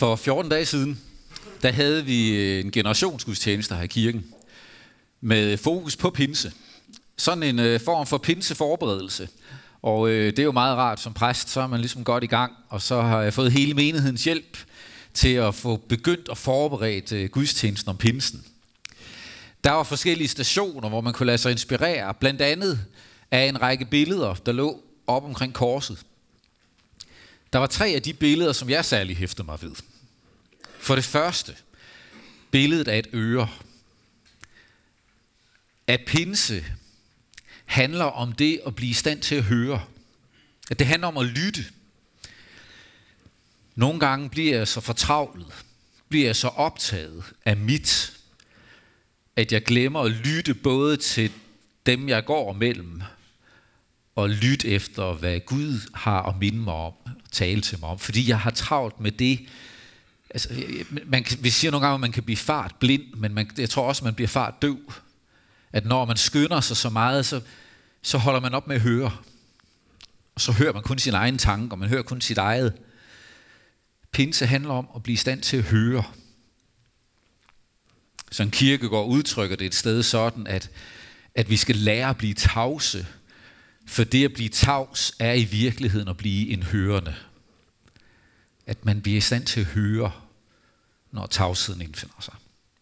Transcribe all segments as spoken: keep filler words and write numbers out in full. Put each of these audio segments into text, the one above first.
For fjorten dage siden, der havde vi en generationsgudstjeneste her i kirken med fokus på pinse. Sådan en øh, form for pinseforberedelse. Og øh, det er jo meget rart som præst, så er man ligesom godt i gang, og så har jeg fået hele menighedens hjælp til at få begyndt at forberede øh, gudstjenesten om pinsen. Der var forskellige stationer, hvor man kunne lade sig inspirere, blandt andet af en række billeder, der lå op omkring korset. Der var tre af de billeder, som jeg særlig hæftede mig ved. For det første, billedet af et øre. At pinse handler om det at blive i stand til at høre. At det handler om at lytte. Nogle gange bliver jeg så fortravlet, bliver jeg så optaget af mit, at jeg glemmer at lytte både til dem, jeg går mellem, og lytte efter, hvad Gud har at minde mig om, og tale til mig om. Fordi jeg har travlt med det. Altså, man, vi siger nogle gange, at man kan blive fartblind, men man, jeg tror også, at man bliver fartdøv. At når man skynder sig så meget, så, så holder man op med at høre. Og så hører man kun sin egen tanke, og man hører kun sit eget. Pinse handler om at blive i stand til at høre. Så en Kierkegaard udtrykker det et sted sådan, at, at vi skal lære at blive tavse. For det at blive tavs er i virkeligheden at blive en hørende. At man bliver i stand til at høre, når tavsheden indfinder sig.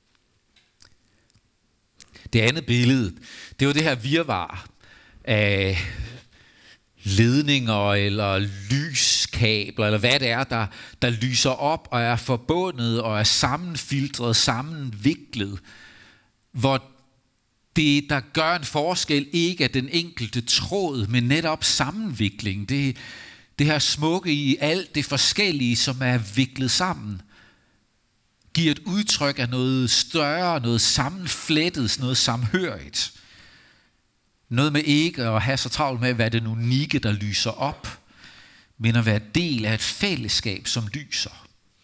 Det andet billede, det var det her virvar af ledninger eller lyskabler, eller hvad det er, der, der lyser op og er forbundet og er sammenfiltret, sammenviklet, hvor det, der gør en forskel, ikke er den enkelte tråd, men netop sammenvikling. Det, det her smukke i alt det forskellige, som er viklet sammen, giver et udtryk af noget større, noget sammenflettet, noget samhørigt. Noget med ikke at have så travlt med, hvad det unikke, der lyser op, men at være del af et fællesskab, som lyser.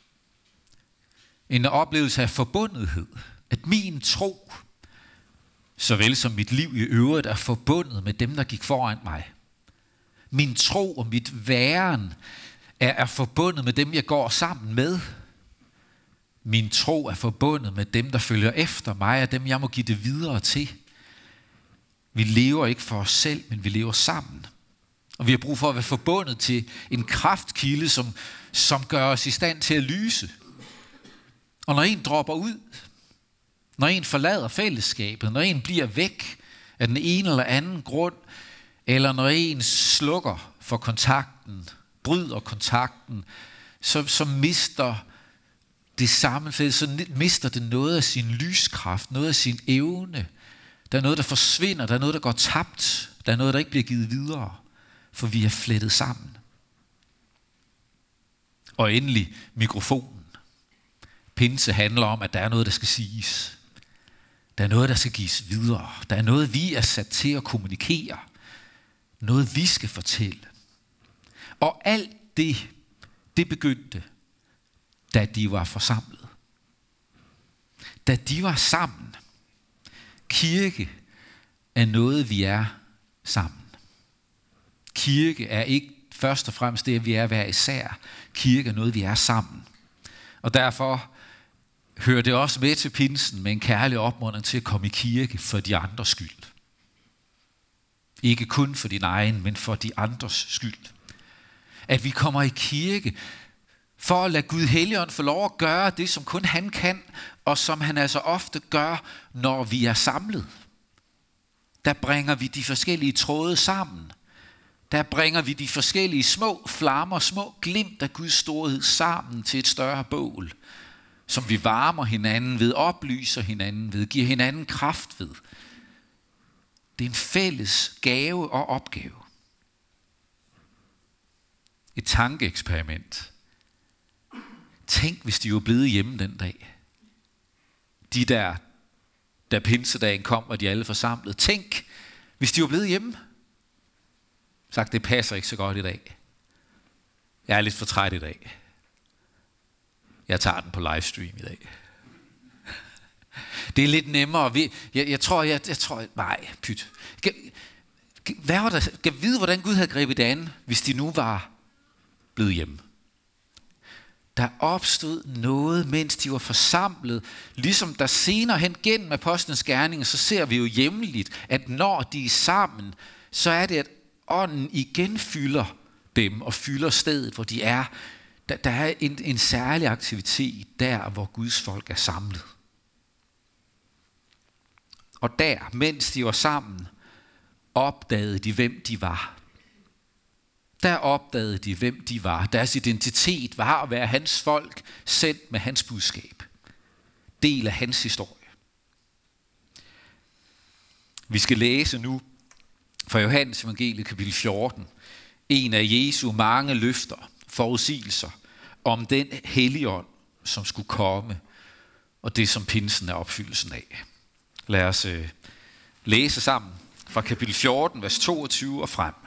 En oplevelse af forbundethed, at min tro, såvel som mit liv i øvrigt, er forbundet med dem, der gik foran mig. Min tro og mit væren er, er forbundet med dem, jeg går sammen med. Min tro er forbundet med dem, der følger efter mig, og dem, jeg må give det videre til. Vi lever ikke for os selv, men vi lever sammen. Og vi har brug for at være forbundet til en kraftkilde, som, som gør os i stand til at lyse. Og når en dropper ud, når en forlader fællesskabet, når en bliver væk af den ene eller anden grund, eller når en slukker for kontakten, bryder kontakten, så, så mister det sammenfælde, så mister det noget af sin lyskraft, noget af sin evne. Der er noget, der forsvinder, der er noget, der går tabt, der er noget, der ikke bliver givet videre, for vi er flettet sammen. Og endelig mikrofonen. Pinse handler om, at der er noget, der skal siges. Der er noget, der skal gives videre. Der er noget, vi er sat til at kommunikere. Noget, vi skal fortælle. Og alt det, det begyndte, da de var forsamlet. Da de var sammen. Kirke er noget, vi er sammen. Kirke er ikke først og fremmest det, at vi er hver især. Kirke er noget, vi er sammen. Og derfor hører det også med til pinsen med en kærlig opmuntring til at komme i kirke for de andres skyld. Ikke kun for din egen, men for de andres skyld. At vi kommer i kirke for at lade Gud Helligånd få lov at gøre det, som kun han kan, og som han altså ofte gør, når vi er samlet. Der bringer vi de forskellige tråde sammen. Der bringer vi de forskellige små flammer, små glimt af Guds storhed sammen til et større bål, som vi varmer hinanden ved, oplyser hinanden ved, giver hinanden kraft ved. Det er en fælles gave og opgave. Et tankeeksperiment. Tænk, hvis de var blevet hjemme den dag. De der, da pinsedagen kom, og de alle forsamlet. Tænk, hvis de var blevet hjemme. Sagt, det passer ikke så godt i dag. Jeg er lidt for træt i dag. Jeg tager den på livestream i dag. Det er lidt nemmere. Vi, jeg, jeg tror, jeg, jeg tror, nej, pyt. Hvad var der? Kan jeg vide, hvordan Gud havde grebet det an, hvis de nu var blevet hjemme? Der opstod noget, mens de var forsamlet. Ligesom der senere hen gennem apostlenes gerninger, så ser vi jo jævnligt, at når de er sammen, så er det, at ånden igen fylder dem og fylder stedet, hvor de er. Der, der er en, en særlig aktivitet der, hvor Guds folk er samlet. Og der, mens de var sammen, opdagede de, hvem de var. Der opdagede de, hvem de var. Deres identitet var at være hans folk, sendt med hans budskab. Del af hans historie. Vi skal læse nu fra Johannes evangeliet kapitel fjorten. En af Jesu mange løfter, forudsigelser om den Helligånd, som skulle komme, og det som pinsen er opfyldelsen af. Lad os øh, læse sammen fra kapitel fjorten, vers toogtyve og frem.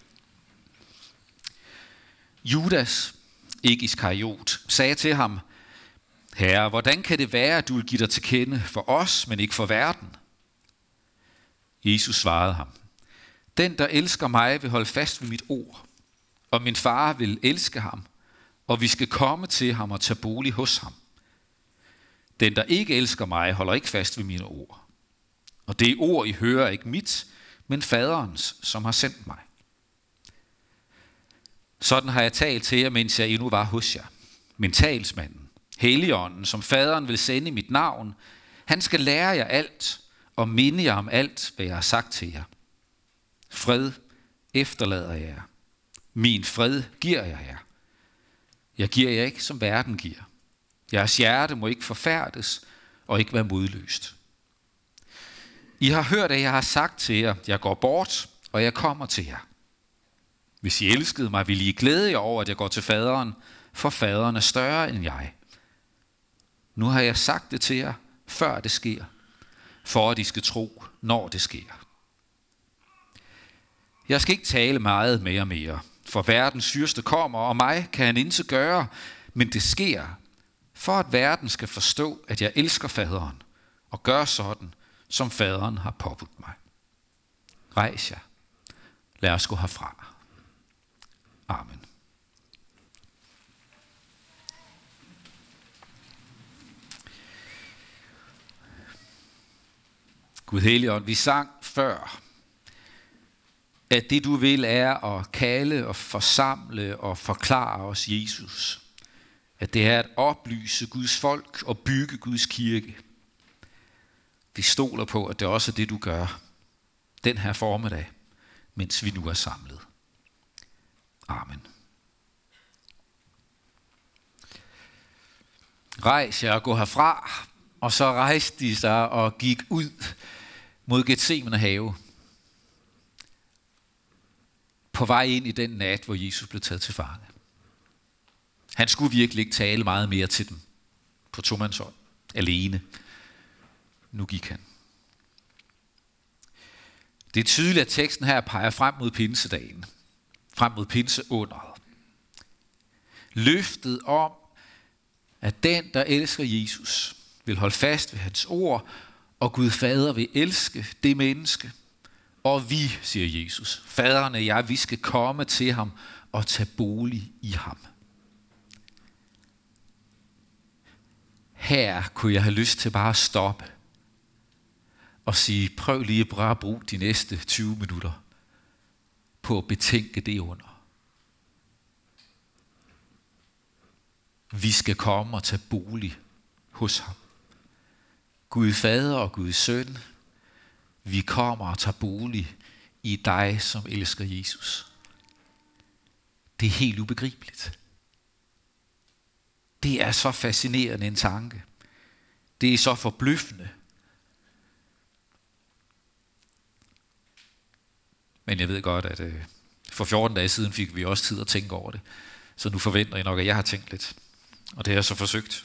Judas, ikke Iskariot, sagde til ham: Herre, hvordan kan det være, at du vil give dig til kende for os, men ikke for verden? Jesus svarede ham: Den, der elsker mig, vil holde fast ved mit ord, og min far vil elske ham, og vi skal komme til ham og tage bolig hos ham. Den, der ikke elsker mig, holder ikke fast ved mine ord. Og det ord, I hører, er ikke mit, men faderens, som har sendt mig. Sådan har jeg talt til jer, mens jeg endnu var hos jer. Men talsmanden, Helligånden, som faderen vil sende i mit navn, han skal lære jer alt og minde jer om alt, hvad jeg har sagt til jer. Fred efterlader jeg jer. Min fred giver jeg jer. Jeg giver jer ikke, som verden giver. Jeres hjerte må ikke forfærdes og ikke være modløst. I har hørt, at jeg har sagt til jer: Jeg går bort, og jeg kommer til jer. Hvis I elskede mig, ville I glæde jer over, at jeg går til faderen, for faderen er større end jeg. Nu har jeg sagt det til jer, før det sker, for at I skal tro, når det sker. Jeg skal ikke tale meget mere mere, for verdens fyrste kommer, og mig kan han intet gøre, men det sker, for at verden skal forstå, at jeg elsker faderen, og gør sådan, som faderen har påbudt mig. Rejs jer. Lad os gå herfra. Amen. Gud Helligånd, vi sang før, at det du vil er at kalde og forsamle og forklare os Jesus. At det er at oplyse Guds folk og bygge Guds kirke. Vi stoler på, at det også er det, du gør den her formiddag, mens vi nu er samlet. Amen. Rejs jer og gå herfra, og så rejste de sig og gik ud mod Getsemane have. På vej ind i den nat, hvor Jesus blev taget til fange. Han skulle virkelig ikke tale meget mere til dem på tomandshånd, alene. Nu gik han. Det er tydeligt, at teksten her peger frem mod pinsedagen. Frem mod pinseunderet. Løftet om, at den, der elsker Jesus, vil holde fast ved hans ord, og Gud Fader vil elske det menneske. Og vi, siger Jesus, faderen og jeg, vi skal komme til ham og tage bolig i ham. Her kunne jeg have lyst til bare at stoppe og sige, prøv lige bare at bruge de næste tyve minutter på at betænke det under. Vi skal komme og tage bolig hos ham. Gud Fader og Gud Søn, vi kommer og tager bolig i dig, som elsker Jesus. Det er helt ubegribeligt. Det er så fascinerende en tanke. Det er så forbløffende. Men jeg ved godt, at øh, for fjorten dage siden fik vi også tid at tænke over det. Så nu forventer jeg nok, at jeg har tænkt lidt. Og det har jeg så forsøgt.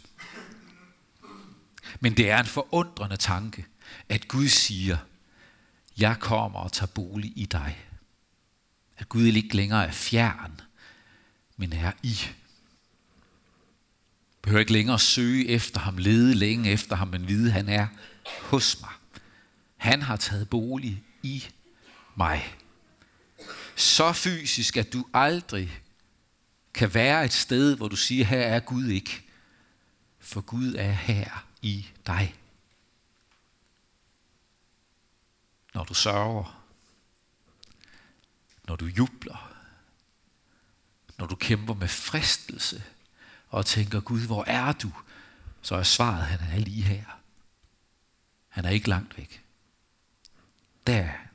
Men det er en forundrende tanke, at Gud siger, jeg kommer og tager bolig i dig. At Gud ikke længere er fjern, men er i. Behøver ikke længere søge efter ham, lede længe efter ham, men vide, han er hos mig. Han har taget bolig i mig. Så fysisk, at du aldrig kan være et sted, hvor du siger, her er Gud ikke. For Gud er her i dig. Når du sørger, når du jubler, når du kæmper med fristelse og tænker, Gud, hvor er du? Så er svaret, han er lige her. Han er ikke langt væk. Der er han.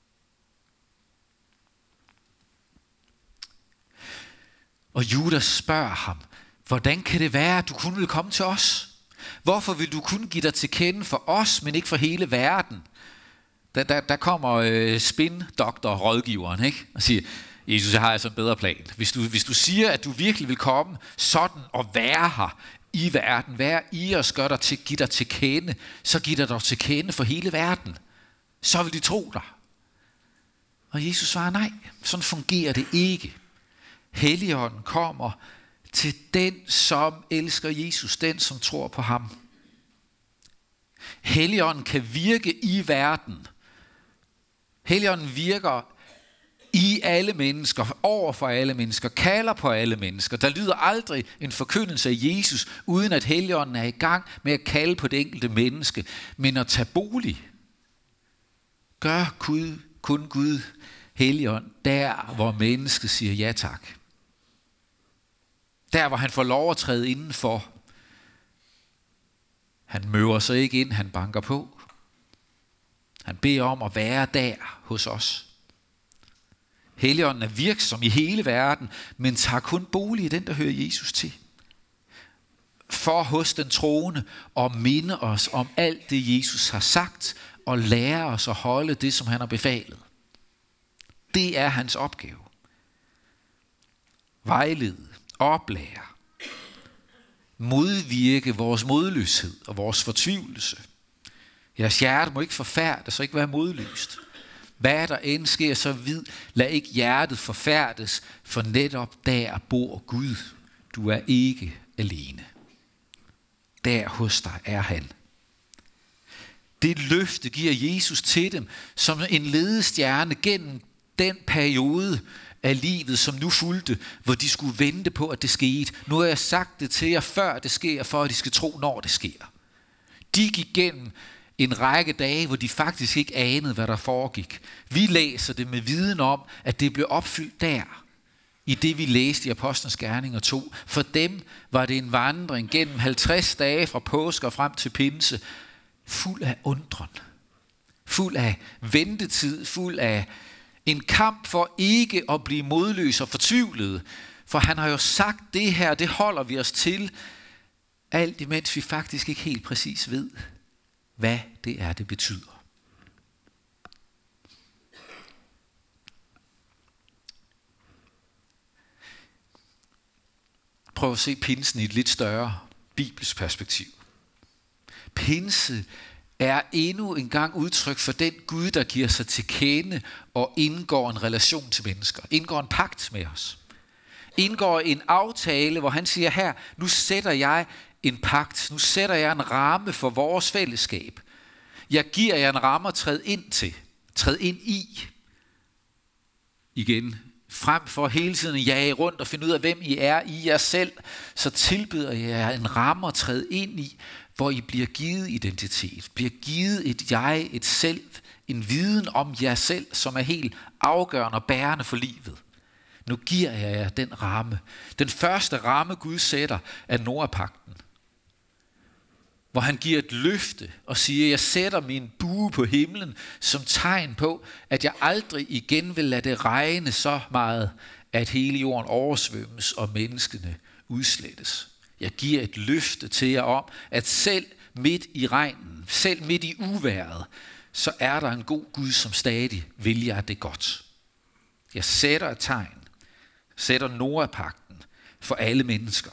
Og Judas spørger ham, hvordan kan det være, at du kun vil komme til os? Hvorfor vil du kun give dig til kende for os, men ikke for hele verden? Der, der, der kommer øh, spin-doktor-rådgiveren, ikke? Og siger, Jesus, jeg har altså en bedre plan. Hvis du, hvis du siger, at du virkelig vil komme sådan og være her i verden, være i os, gør dig til, give dig til kende, så giv dig dog til kende for hele verden. Så vil de tro dig. Og Jesus svarer, nej, sådan fungerer det ikke. Helligånden kommer til den, som elsker Jesus, den, som tror på ham. Helligånden kan virke i verden. Helligånden virker i alle mennesker, over for alle mennesker, kalder på alle mennesker. Der lyder aldrig en forkyndelse af Jesus, uden at Helligånden er i gang med at kalde på det enkelte menneske, men at tage bolig. Gør Gud, kun Gud, Helligånd, der hvor mennesket siger ja tak. Der hvor han får lov at træde indenfor. Han møver sig ikke ind, han banker på. Han beder om at være der hos os. Helligånden er virksom i hele verden, men tager kun bolig i den, der hører Jesus til. For hos den troende at minde os om alt det, Jesus har sagt, og lære os at holde det, som han har befalet. Det er hans opgave. Vejlede, oplære, modvirke vores modløshed og vores fortvivlelse. Jeres hjerte må ikke forfærdes og ikke være modløst. Hvad der end sker, så vid, lad ikke hjertet forfærdes, for netop der bor Gud. Du er ikke alene. Der hos dig er han. Det løfte giver Jesus til dem som en ledestjerne gennem den periode af livet, som nu fulgte, hvor de skulle vente på, at det skete. Nu har jeg sagt det til jer, før det sker, for at de skal tro, når det sker. De gik gennem en række dage, hvor de faktisk ikke anede, hvad der foregik. Vi læser det med viden om, at det blev opfyldt der, i det vi læste i Apostlenes Gerninger to. For dem var det en vandring gennem halvtreds dage fra påske og frem til pinse, fuld af undren, fuld af ventetid, fuld af en kamp for ikke at blive modløs og fortvivlet. For han har jo sagt det her, det holder vi os til, alt imens vi faktisk ikke helt præcis ved, hvad det er, det betyder. Prøv at se pinsen i et lidt større bibelsk perspektiv. Pinse er endnu en gang udtryk for den Gud, der giver sig til kende og indgår en relation til mennesker. Indgår en pagt med os. Indgår en aftale, hvor han siger her, nu sætter jeg en pagt. Nu sætter jeg en ramme for vores fællesskab. Jeg giver jer en ramme at træde ind til. Træde ind i. Igen. Frem for hele tiden at jage rundt og finde ud af, hvem I er i jer selv, så tilbyder jeg jer en ramme at træde ind i, hvor I bliver givet identitet. Bliver givet et jeg, et selv, en viden om jer selv, som er helt afgørende og bærende for livet. Nu giver jeg jer den ramme. Den første ramme, Gud sætter, er Noah-pagten. Hvor han giver et løfte og siger, jeg sætter min bue på himlen som tegn på, at jeg aldrig igen vil lade det regne så meget, at hele jorden oversvømmes og menneskene udslettes. Jeg giver et løfte til jer om, at selv midt i regnen, selv midt i uværet, så er der en god Gud, som stadig vil jer det godt. Jeg sætter et tegn, sætter Noah-pagten for alle mennesker.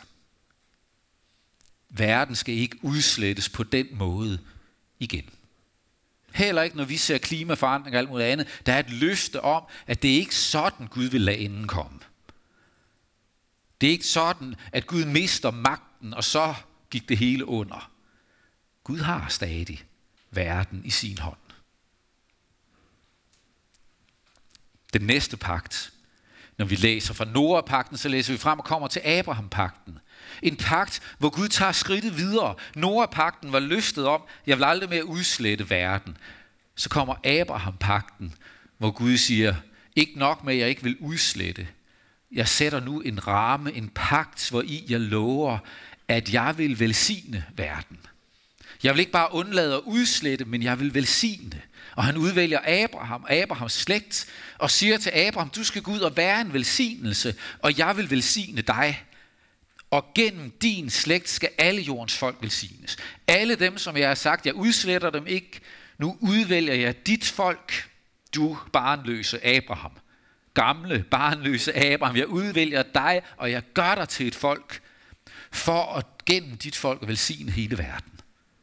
Verden skal ikke udslettes på den måde igen. Heller ikke når vi ser klimaforandring og alt muligt andet. Der er et løfte om, at det ikke er sådan, Gud vil lade enden komme. Det er ikke sådan, at Gud mister magten, og så gik det hele under. Gud har stadig verden i sin hånd. Den næste pagt, Når vi læser fra Noah-pagten, så læser vi frem og kommer til Abraham-pagten. En pagt, hvor Gud tager skridtet videre. Noah-pagten var løftet om, jeg vil aldrig mere udslette verden. Så kommer Abraham-pagten, hvor Gud siger, ikke nok med, at jeg ikke vil udslette. Jeg sætter nu en ramme, en pagt, hvor i jeg lover, at jeg vil velsigne verden. Jeg vil ikke bare undlade at udslette, men jeg vil velsigne. Og han udvælger Abraham, Abrahams slægt, og siger til Abraham, du skal gå ud og være en velsignelse, og jeg vil velsigne dig. Og gennem din slægt skal alle jordens folk velsignes. Alle dem, som jeg har sagt, jeg udsletter dem ikke. Nu udvælger jeg dit folk, du barnløse Abraham. Gamle, barnløse Abraham. Jeg udvælger dig, og jeg gør dig til et folk, for at gennem dit folk at velsigne hele verden.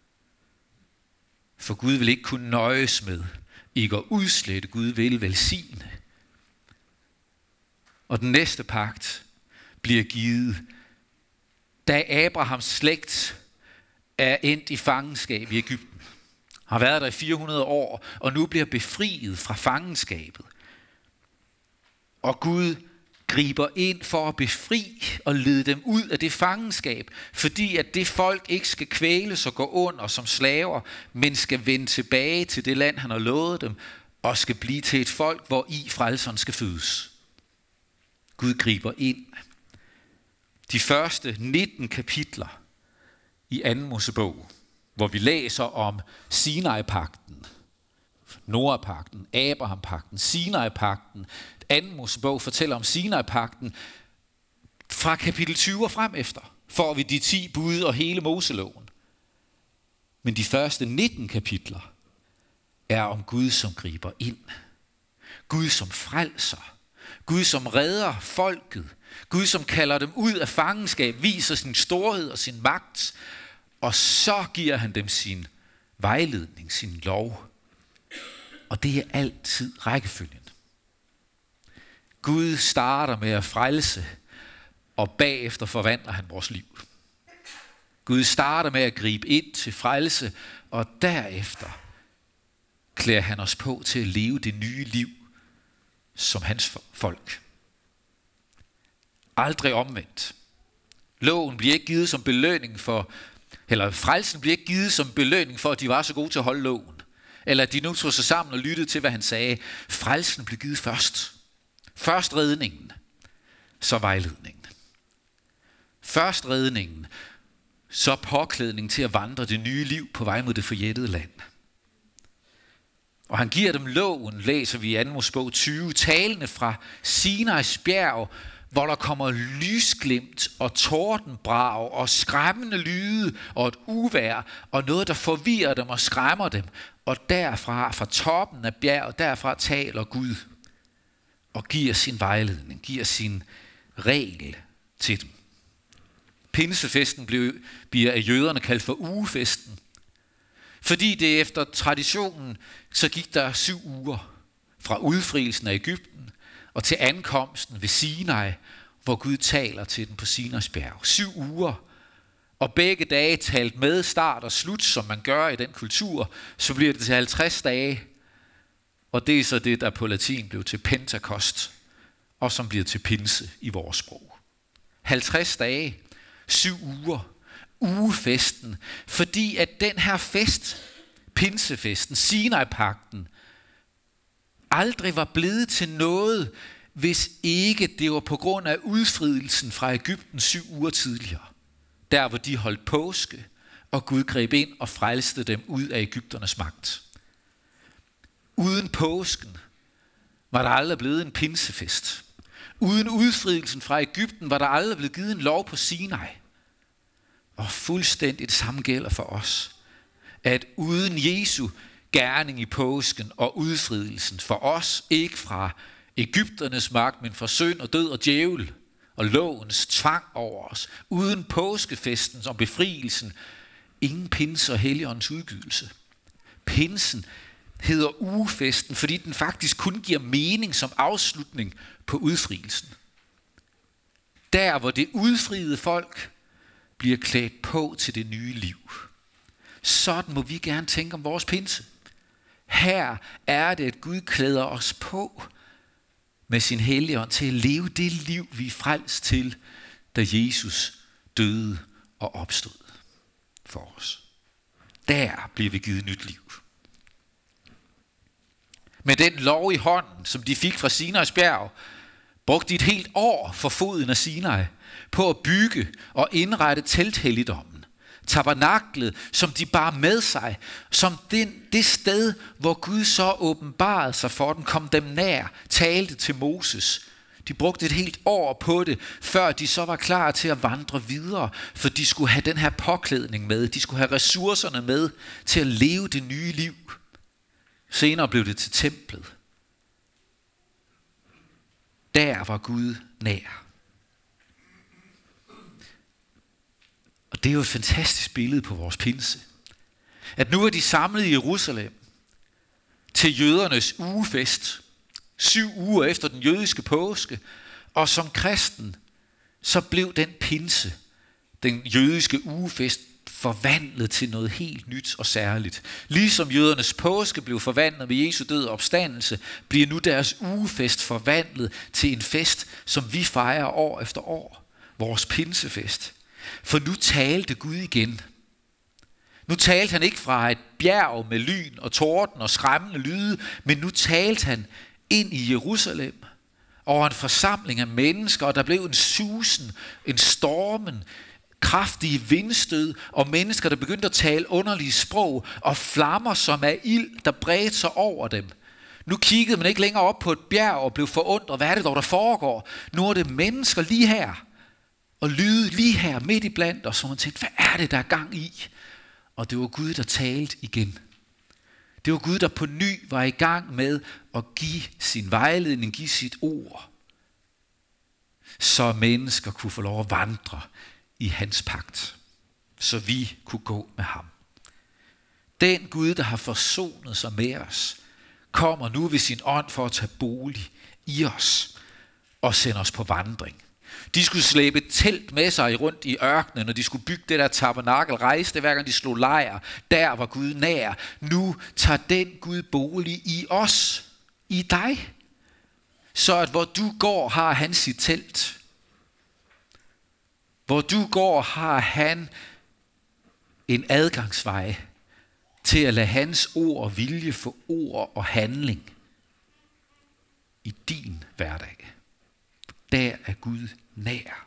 For Gud vil ikke kunne nøjes med ikke at udslette. Gud vil velsigne. Og den næste pagt bliver givet, da Abrahams slægt er endt i fangenskab i Egypten. Har været der i fire hundrede år, og nu bliver befriet fra fangenskabet. Og Gud griber ind for at befri og lede dem ud af det fangenskab, fordi at det folk ikke skal kvæles og gå under som slaver, men skal vende tilbage til det land, han har lovet dem, og skal blive til et folk, hvor i frelseren skal fødes. Gud griber ind. De første nitten kapitler i anden Mosebog, hvor vi læser om Sinai-pagten, Noah-pagten, Abraham-pagten, Sinai-pagten. Anden Mosebog fortæller om Sinai-pagten fra kapitel tyve og frem efter, får vi de ti bud og hele Moseloven. Men de første nitten kapitler er om Gud, som griber ind. Gud, som frelser. Gud, som redder folket. Gud, som kalder dem ud af fangenskab, viser sin storhed og sin magt, og så giver han dem sin vejledning, sin lov. Og det er altid rækkefølgen. Gud starter med at frelse, og bagefter forvandler han vores liv. Gud starter med at gribe ind til frelse, og derefter klæder han os på til at leve det nye liv som hans folk. Aldrig omvendt. Loven bliver ikke givet som belønning for, eller frelsen bliver ikke givet som belønning for, at de var så gode til at holde loven. Eller at de nu tog sig sammen og lyttede til, hvad han sagde. Frelsen blev givet først. Først redningen, så vejledningen. Først redningen, så påklædning til at vandre det nye liv på vej mod det forjættede land. Og han giver dem loven, læser vi i anden Mosebog tyve, talende fra Sinais bjerg, hvor der kommer lysglimt og tordenbrag og skræmmende lyde og et uvejr og noget, der forvirrer dem og skræmmer dem. Og derfra, fra toppen af bjerget, derfra taler Gud og giver sin vejledning, giver sin regel til dem. Pinsefesten blev, bliver af jøderne kaldt for ugefesten, fordi det efter traditionen, så gik der syv uger fra udfrielsen af Egypten og til ankomsten ved Sinai, hvor Gud taler til den på Sinais bjerg. Syv uger, og begge dage talt med start og slut, som man gør i den kultur, så bliver det til halvtreds dage, og det er så det, der på latin blev til Pentekost, og som bliver til pinse i vores sprog. halvtreds dage, syv uger, ugefesten, fordi at den her fest, pinsefesten, Sinai-pagten, aldrig var blevet til noget, hvis ikke det var på grund af udfrielsen fra Egypten syv uger tidligere. Der hvor de holdt påske, og Gud greb ind og frelste dem ud af egypternes magt. Uden påsken var der aldrig blevet en pinsefest. Uden udfrielsen fra Egypten var der aldrig blevet givet en lov på Sinai. Og fuldstændig det samme gælder for os, at uden Jesu gerning i påsken og udfrielsen for os, ikke fra egypternes magt, men fra synd og død og djævel og lovens tvang over os, uden påskefesten og befrielsen, ingen pinse og helligåndens udgydelse. Pinsen hedder ugefesten, fordi den faktisk kun giver mening som afslutning på udfrielsen. Der hvor det udfriede folk bliver klædt på til det nye liv. Sådan må vi gerne tænke om vores pinse. Her er det, at Gud klæder os på med sin Helligånd til at leve det liv, vi er frelst til, da Jesus døde og opstod for os. Der bliver vi givet nyt liv. Med den lov i hånden, som de fik fra Sinais bjerg, brugte de et helt år for foden af Sinai på at bygge og indrette telthelligdommen. Tabernaklet, som de bar med sig, som den, det sted, hvor Gud så åbenbarede sig for den, kom dem nær, talte til Moses. De brugte et helt år på det, før de så var klar til at vandre videre, for de skulle have den her påklædning med, de skulle have ressourcerne med til at leve det nye liv. Senere blev det til templet. Der var Gud nær. Og det er jo et fantastisk billede på vores pinse. At nu er de samlet i Jerusalem til jødernes ugefest, syv uger efter den jødiske påske, og som kristen, så blev den pinse, den jødiske ugefest, forvandlet til noget helt nyt og særligt. Ligesom jødernes påske blev forvandlet ved Jesu død og opstandelse, bliver nu deres ugefest forvandlet til en fest, som vi fejrer år efter år. Vores pinsefest. For nu talte Gud igen. Nu talte han ikke fra et bjerg med lyn og torden og skræmmende lyde, men nu talte han ind i Jerusalem over en forsamling af mennesker, og der blev en susen, en stormen, kraftige vindstød og mennesker, der begyndte at tale underlige sprog og flammer som af ild, der bredte sig over dem. Nu kiggede man ikke længere op på et bjerg og blev forundret. Hvad er det dog, der foregår? Nu er det mennesker lige her og lyde lige her midt i blandt os, og man tænkte, hvad er det, der er gang i? Og det var Gud, der talte igen. Det var Gud, der på ny var i gang med at give sin vejledning, give sit ord, så mennesker kunne få lov at vandre i hans pagt, så vi kunne gå med ham. Den Gud, der har forsonet sig med os, kommer nu ved sin ånd for at tage bolig i os og sende os på vandring. De skulle slæbe et telt med sig rundt i ørkenen, når de skulle bygge det der tabernakel, rejse det hver gang de slog lejr. Der var Gud nær. Nu tager den Gud bolig i os, i dig, så at hvor du går, har han sit telt. Hvor du går, har han en adgangsvej til at lade hans ord og vilje få ord og handling i din hverdag. Der er Gud nær.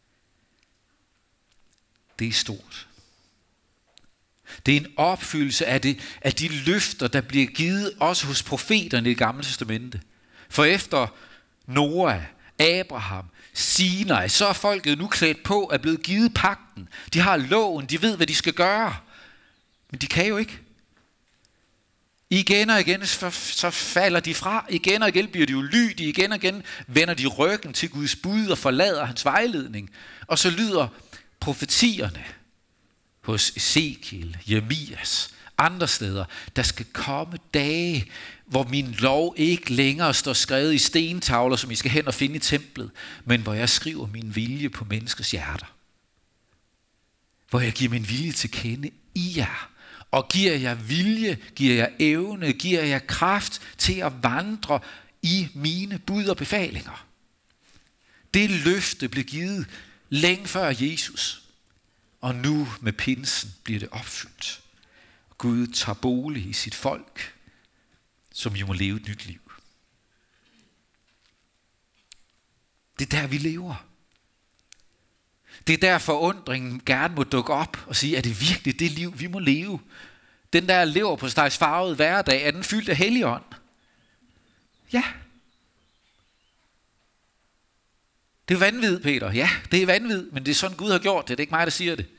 Det er stort. Det er en opfyldelse af, det, af de løfter, der bliver givet også hos profeterne i Det Gamle Testamente. For efter Noah, Abraham, Sinai, så er folket nu klædt på, er blevet givet pagten. De har loven, de ved, hvad de skal gøre. Men de kan jo ikke. Igen og igen så falder de fra. Igen og igen bliver de ulydige. Igen og igen vender de ryggen til Guds bud og forlader hans vejledning. Og så lyder profetierne hos Ezekiel, Jeremias, andre steder. Der skal komme dage, hvor min lov ikke længere står skrevet i stentavler, som I skal hen og finde i templet, men hvor jeg skriver min vilje på menneskers hjerter. Hvor jeg giver min vilje til kende i jer. Og giver jer vilje, giver jer evne, giver jer kraft til at vandre i mine bud og befalinger. Det løfte blev givet længe før Jesus. Og nu med pinsen bliver det opfyldt. Gud tager bolig i sit folk, som jo må leve et nyt liv. Det er der, vi lever. Det er der forundringen gerne må dukke op og sige, er det virkelig det liv, vi må leve? Den der lever på stegs farvede hverdag, er den fyldt af Helligånd? Ja. Det er vanvid, Peter. Ja, det er vanvid, men det er sådan Gud har gjort det. Det er ikke mig, der siger det.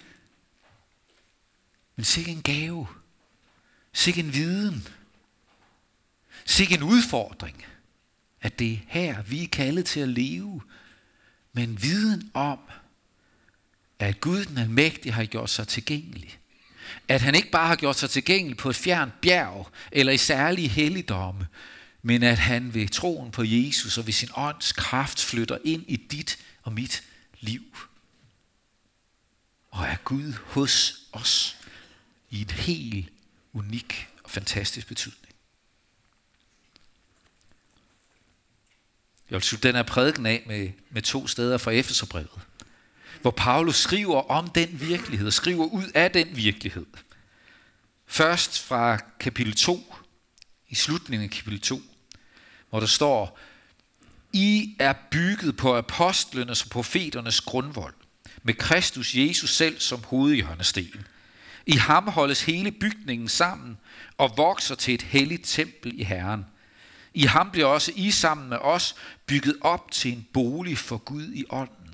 Men sikke en gave. Sikke en viden. Sikke en udfordring. At det er her, vi er kaldet til at leve. Med en viden om, at Gud den almægtige har gjort sig tilgængelig. At han ikke bare har gjort sig tilgængelig på et fjernt bjerg, eller i særlige helligdomme, men at han ved troen på Jesus og ved sin ånds kraft flytter ind i dit og mit liv. Og er Gud hos os i en helt unik og fantastisk betydning. Jeg vil slutte den her prædiken af med, med to steder fra Efeserbrevet, hvor Paulus skriver om den virkelighed, og skriver ud af den virkelighed. Først fra kapitel to, i slutningen af kapitel to, hvor der står: I er bygget på apostlenes og profeternes grundvold, med Kristus Jesus selv som hovedhjørnesten. I ham holdes hele bygningen sammen og vokser til et helligt tempel i Herren. I ham bliver også I sammen med os bygget op til en bolig for Gud i ånden.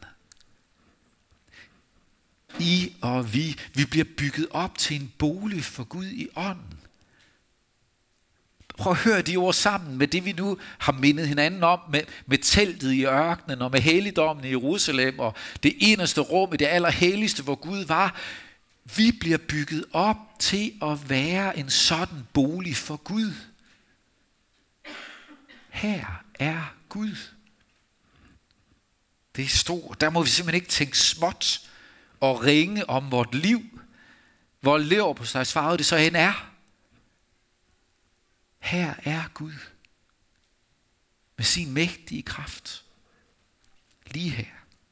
I og vi, vi bliver bygget op til en bolig for Gud i ånden. Prøv at høre de ord sammen med det, vi nu har mindet hinanden om, med, med teltet i ørkenen og med helligdommen i Jerusalem og det eneste rum i det allerhelligste, hvor Gud var. Vi bliver bygget op til at være en sådan bolig for Gud. Her er Gud. Det er stort. Der må vi simpelthen ikke tænke småt og ringe om vort liv, hvor lever på sig farvet det så end er. Her er Gud med sin mægtige kraft. Lige her.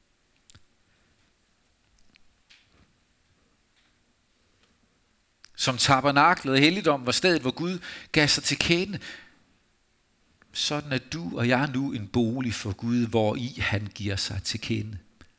Som tabernaklet og helligdom var stedet, hvor Gud gav sig til kende, sådan er du og jeg nu en bolig for Gud, hvor i han giver sig til kende.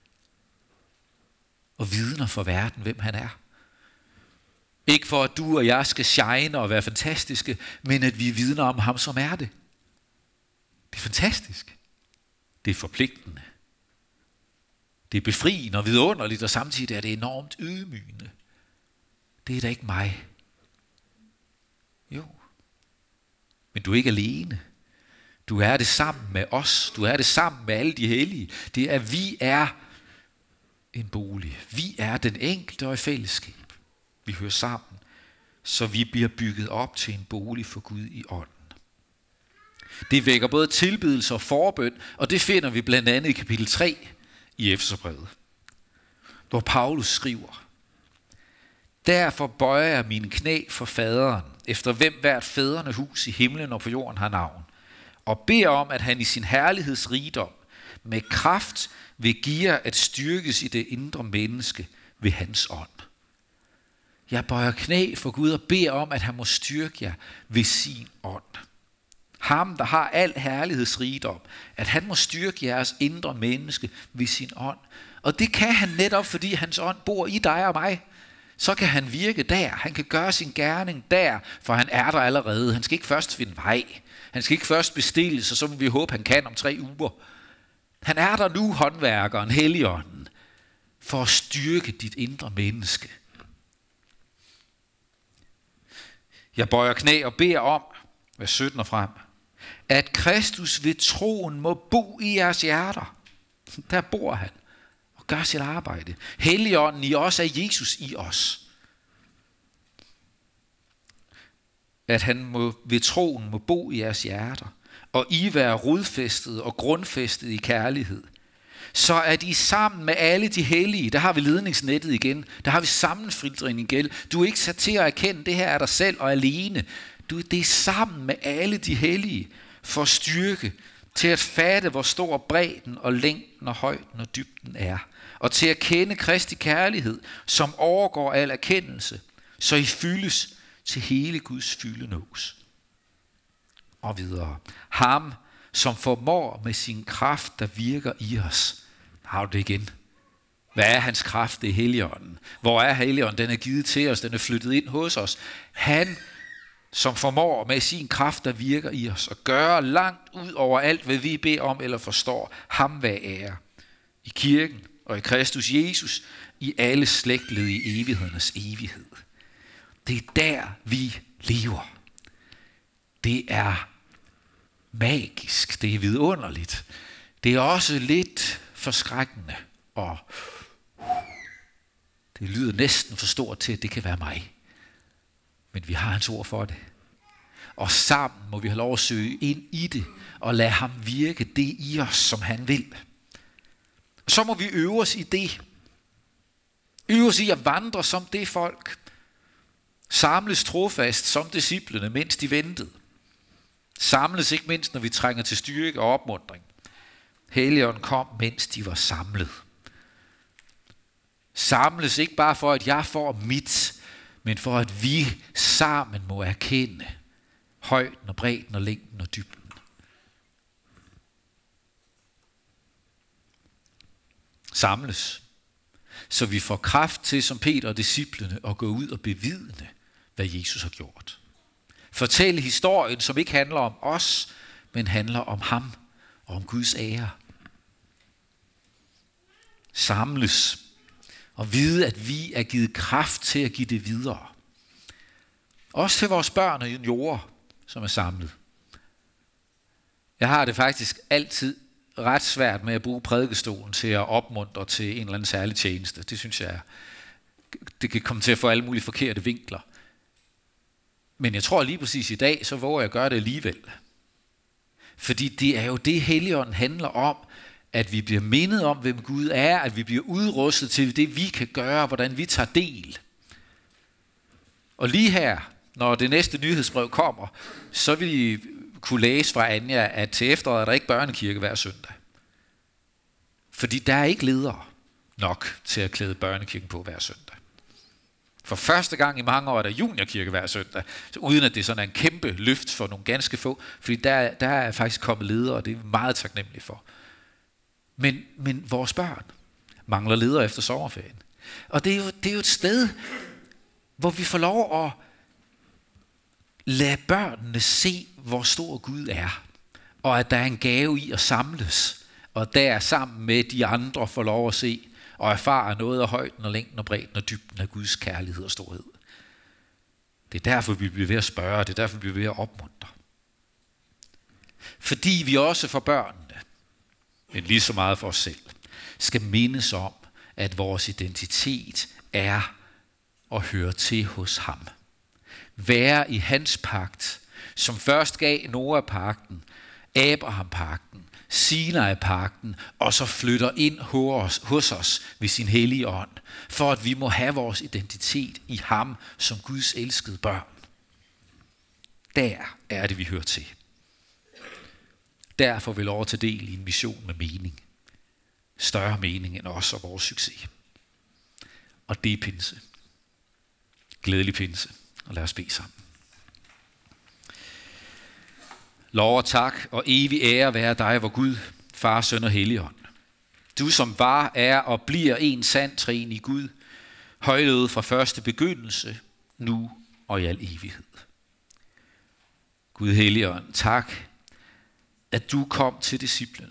Og vidner for verden, hvem han er. Ikke for at du og jeg skal shine og være fantastiske, men at vi vidner om ham, som er det. Det er fantastisk. Det er forpligtende. Det er befriende og vidunderligt, og samtidig er det enormt ydmygende. Det er da ikke mig. Jo. Men du er ikke alene. Du er det sammen med os. Du er det sammen med alle de hellige. Det er, vi er en bolig. Vi er den enkelte og i fællesskab. Vi hører sammen, så vi bliver bygget op til en bolig for Gud i ånden. Det vækker både tilbedelse og forbøn, og det finder vi blandt andet i kapitel tre i Efeserbrevet, hvor Paulus skriver: Derfor bøjer jeg mine knæ for faderen, efter hvem hvert fædrene hus i himlen og på jorden har navn, og beder om, at han i sin herlighedsrigdom med kraft vil give jer at styrkes i det indre menneske ved hans ånd. Jeg bøjer knæ for Gud og beder om, at han må styrke jer ved sin ånd. Ham, der har al herlighedsrigdom, at han må styrke jeres indre menneske ved sin ånd. Og det kan han netop, fordi hans ånd bor i dig og mig. Så kan han virke der. Han kan gøre sin gerning der, for han er der allerede. Han skal ikke først finde vej. Han skal ikke først bestilles, og så må vi håbe, han kan om tre uger. Han er der nu, håndværkeren, Helligånden, for at styrke dit indre menneske. Jeg bøjer knæ og beder om, vers sytten og frem, at Kristus ved troen må bo i jeres hjerter. Der bor han og gør sit arbejde. Helligånden i os er Jesus i os. At han må, ved troen må bo i jeres hjerter, og I være rodfæstet og grundfæstet i kærlighed. Så er de sammen med alle de hellige. Der har vi ledningsnettet igen. Der har vi sammenfiltringen igen. Du er ikke sat til at erkende, det her er dig selv og alene. Du, det er sammen med alle de hellige for styrke, til at fatte, hvor stor bredden og længden og højden og dybden er. Og til at kende Kristi kærlighed, som overgår al erkendelse, så I fyldes til hele Guds fylde nås. Og videre. Ham, som formår med sin kraft, der virker i os. Har du det igen? Hvad er hans kraft? Det er Helligånden. Hvor er Helligånden? Den er givet til os. Den er flyttet ind hos os. Han, som formår med sin kraft, der virker i os, og gør langt ud over alt, hvad vi beder om eller forstår. Ham hvad ære. I kirken og i Kristus Jesus, i alle slægtled i evighedernes evighed. Det er der, vi lever. Det er magisk. Det er vidunderligt. Det er også lidt forskrækkende, og det lyder næsten for stort til, at det kan være mig. Men vi har hans ord for det. Og sammen må vi have lov at søge ind i det, og lade ham virke det i os, som han vil. Så må vi øve os i det. Øve os i at vandre som det folk. Samles trofast som disciplene, mens de ventede. Samles ikke mindst, når vi trænger til styrke og opmuntring. Helligånden kom, mens de var samlet. Samles ikke bare for, at jeg får mit, men for, at vi sammen må erkende højden og bredden og længden og dybden. Samles, så vi får kraft til, som Peter og disciplene, at gå ud og bevidne, hvad Jesus har gjort. Fortælle historien, som ikke handler om os, men handler om ham og om Guds ære. Samles og vide, at vi er givet kraft til at give det videre. Også til vores børn og juniorer, som er samlet. Jeg har det faktisk altid ret svært med at bruge prædikestolen til at opmuntre til en eller anden særlig tjeneste. Det synes jeg, det kan komme til at få alle mulige forkerte vinkler. Men jeg tror lige præcis i dag, så våger jeg at gøre det alligevel. Fordi det er jo det, Helligånden handler om, at vi bliver mindet om, hvem Gud er, at vi bliver udrustet til det, vi kan gøre, hvordan vi tager del. Og lige her, når det næste nyhedsbrev kommer, så vil I kunne læse fra Anja, at til efteråret er der ikke børnekirke hver søndag. Fordi der er ikke ledere nok til at klæde børnekirken på hver søndag. For første gang i mange år er der juniorkirke hver søndag, så uden at det sådan er en kæmpe løft for nogle ganske få, fordi der, der er faktisk kommet ledere, og det er vi meget taknemmelige for. Men, men vores børn mangler ledere efter sommerferien. Og det er, jo, det er jo et sted, hvor vi får lov at lade børnene se, hvor stor Gud er. Og at der er en gave i at samles. Og der sammen med de andre får lov at se og erfare noget af højden og længden og bredden og dybden af Guds kærlighed og storhed. Det er derfor, vi bliver ved at spørge, det er derfor, vi bliver ved at opmuntre. Fordi vi også for børnene, men lige så meget for os selv, skal mindes om, at vores identitet er at høre til hos ham. Være i hans pagt, som først gav Noah-pagten, Abraham-pagten, Sinai-pagten, og så flytter ind hos, hos os ved sin hellige ånd, for at vi må have vores identitet i ham som Guds elskede børn. Der er det, vi hører til. Der får vi lov at tage del i en mission med mening. Større mening end os og vores succes. Og det er pinse. Glædelig pinse. Og lad os bede sammen. Lov og tak og evig ære være dig, vor Gud, Far, Søn og Helligånd. Du som var, er og bliver en sand treenig Gud, højlovet fra første begyndelse, nu og i al evighed. Gud Helligånd, tak, at du kom til disciplene.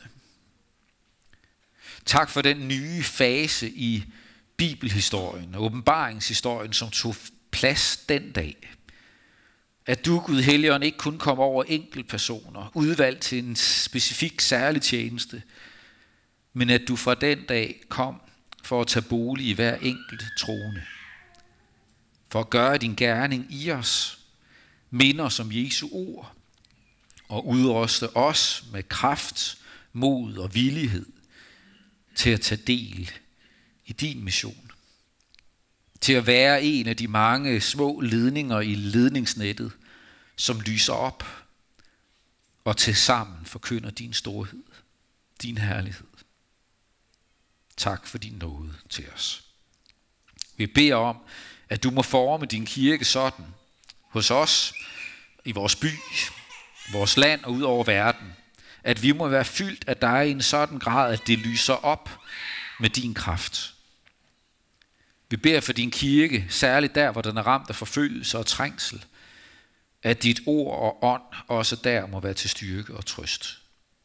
Tak for den nye fase i bibelhistorien og åbenbaringshistorien, som tog plads den dag. At du, Gud Helligånd, ikke kun kom over enkeltpersoner, udvalgt til en specifik særlig tjeneste, men at du fra den dag kom for at tage bolig i hver enkelt troende. For at gøre din gerning i os, minde os om Jesu ord, og udruste os med kraft, mod og villighed til at tage del i din mission. Til at være en af de mange små ledninger i ledningsnettet, som lyser op og til sammen forkynder din storhed, din herlighed. Tak for din nåde til os. Vi beder om, at du må forme din kirke sådan, hos os, i vores by, vores land og ud over verden, at vi må være fyldt af dig i en sådan grad, at det lyser op med din kraft. Vi beder for din kirke, særligt der, hvor den er ramt af forfølgelse og trængsel, at dit ord og ånd også der må være til styrke og trøst.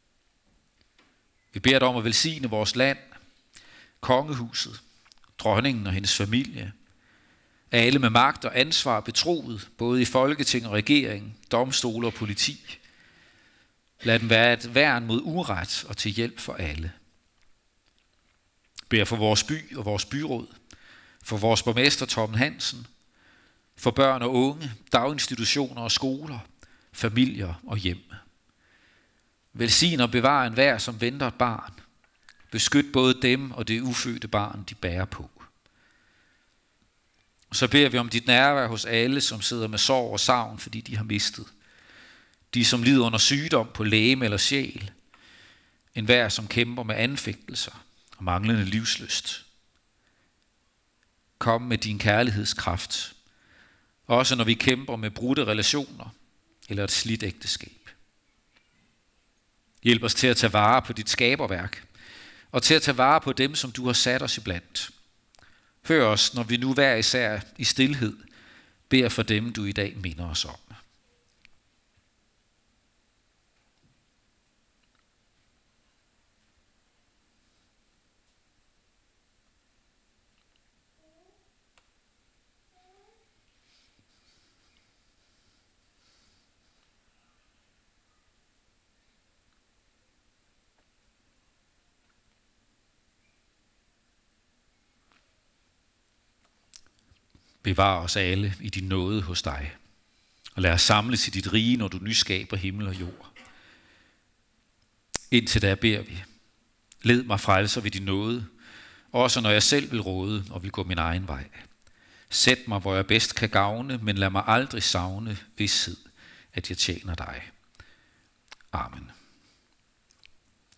Vi beder dig om at velsigne vores land, kongehuset, dronningen og hendes familie, alle med magt og ansvar betroet, både i Folketing og regering, domstole og politi. Lad dem være et værn mod uret og til hjælp for alle. Beder for vores by og vores byråd, for vores borgmester Torben Hansen, for børn og unge, daginstitutioner og skoler, familier og hjem. Velsign og bevar enhver, som venter et barn. Beskyt både dem og det ufødte barn, de bærer på. Så beder vi om dit nærvær hos alle, som sidder med sorg og savn, fordi de har mistet. De, som lider under sygdom på legeme eller sjæl. enhver, som kæmper med anfægtelser og manglende livslyst. Kom med din kærlighedskraft, også når vi kæmper med brudte relationer eller et slidt ægteskab. Hjælp os til at tage vare på dit skaberværk, og til at tage vare på dem, som du har sat os iblandt. Hør os, når vi nu hver især i stilhed beder for dem, du i dag minder os om. Bevar os alle i din nåde hos dig, og lad os samles i dit rige, når du nyskaber himmel og jord. Indtil da beder vi. Led mig frelser ved din nåde, også når jeg selv vil råde og vil gå min egen vej. Sæt mig, hvor jeg bedst kan gavne, men lad mig aldrig savne vished, at jeg tjener dig. Amen.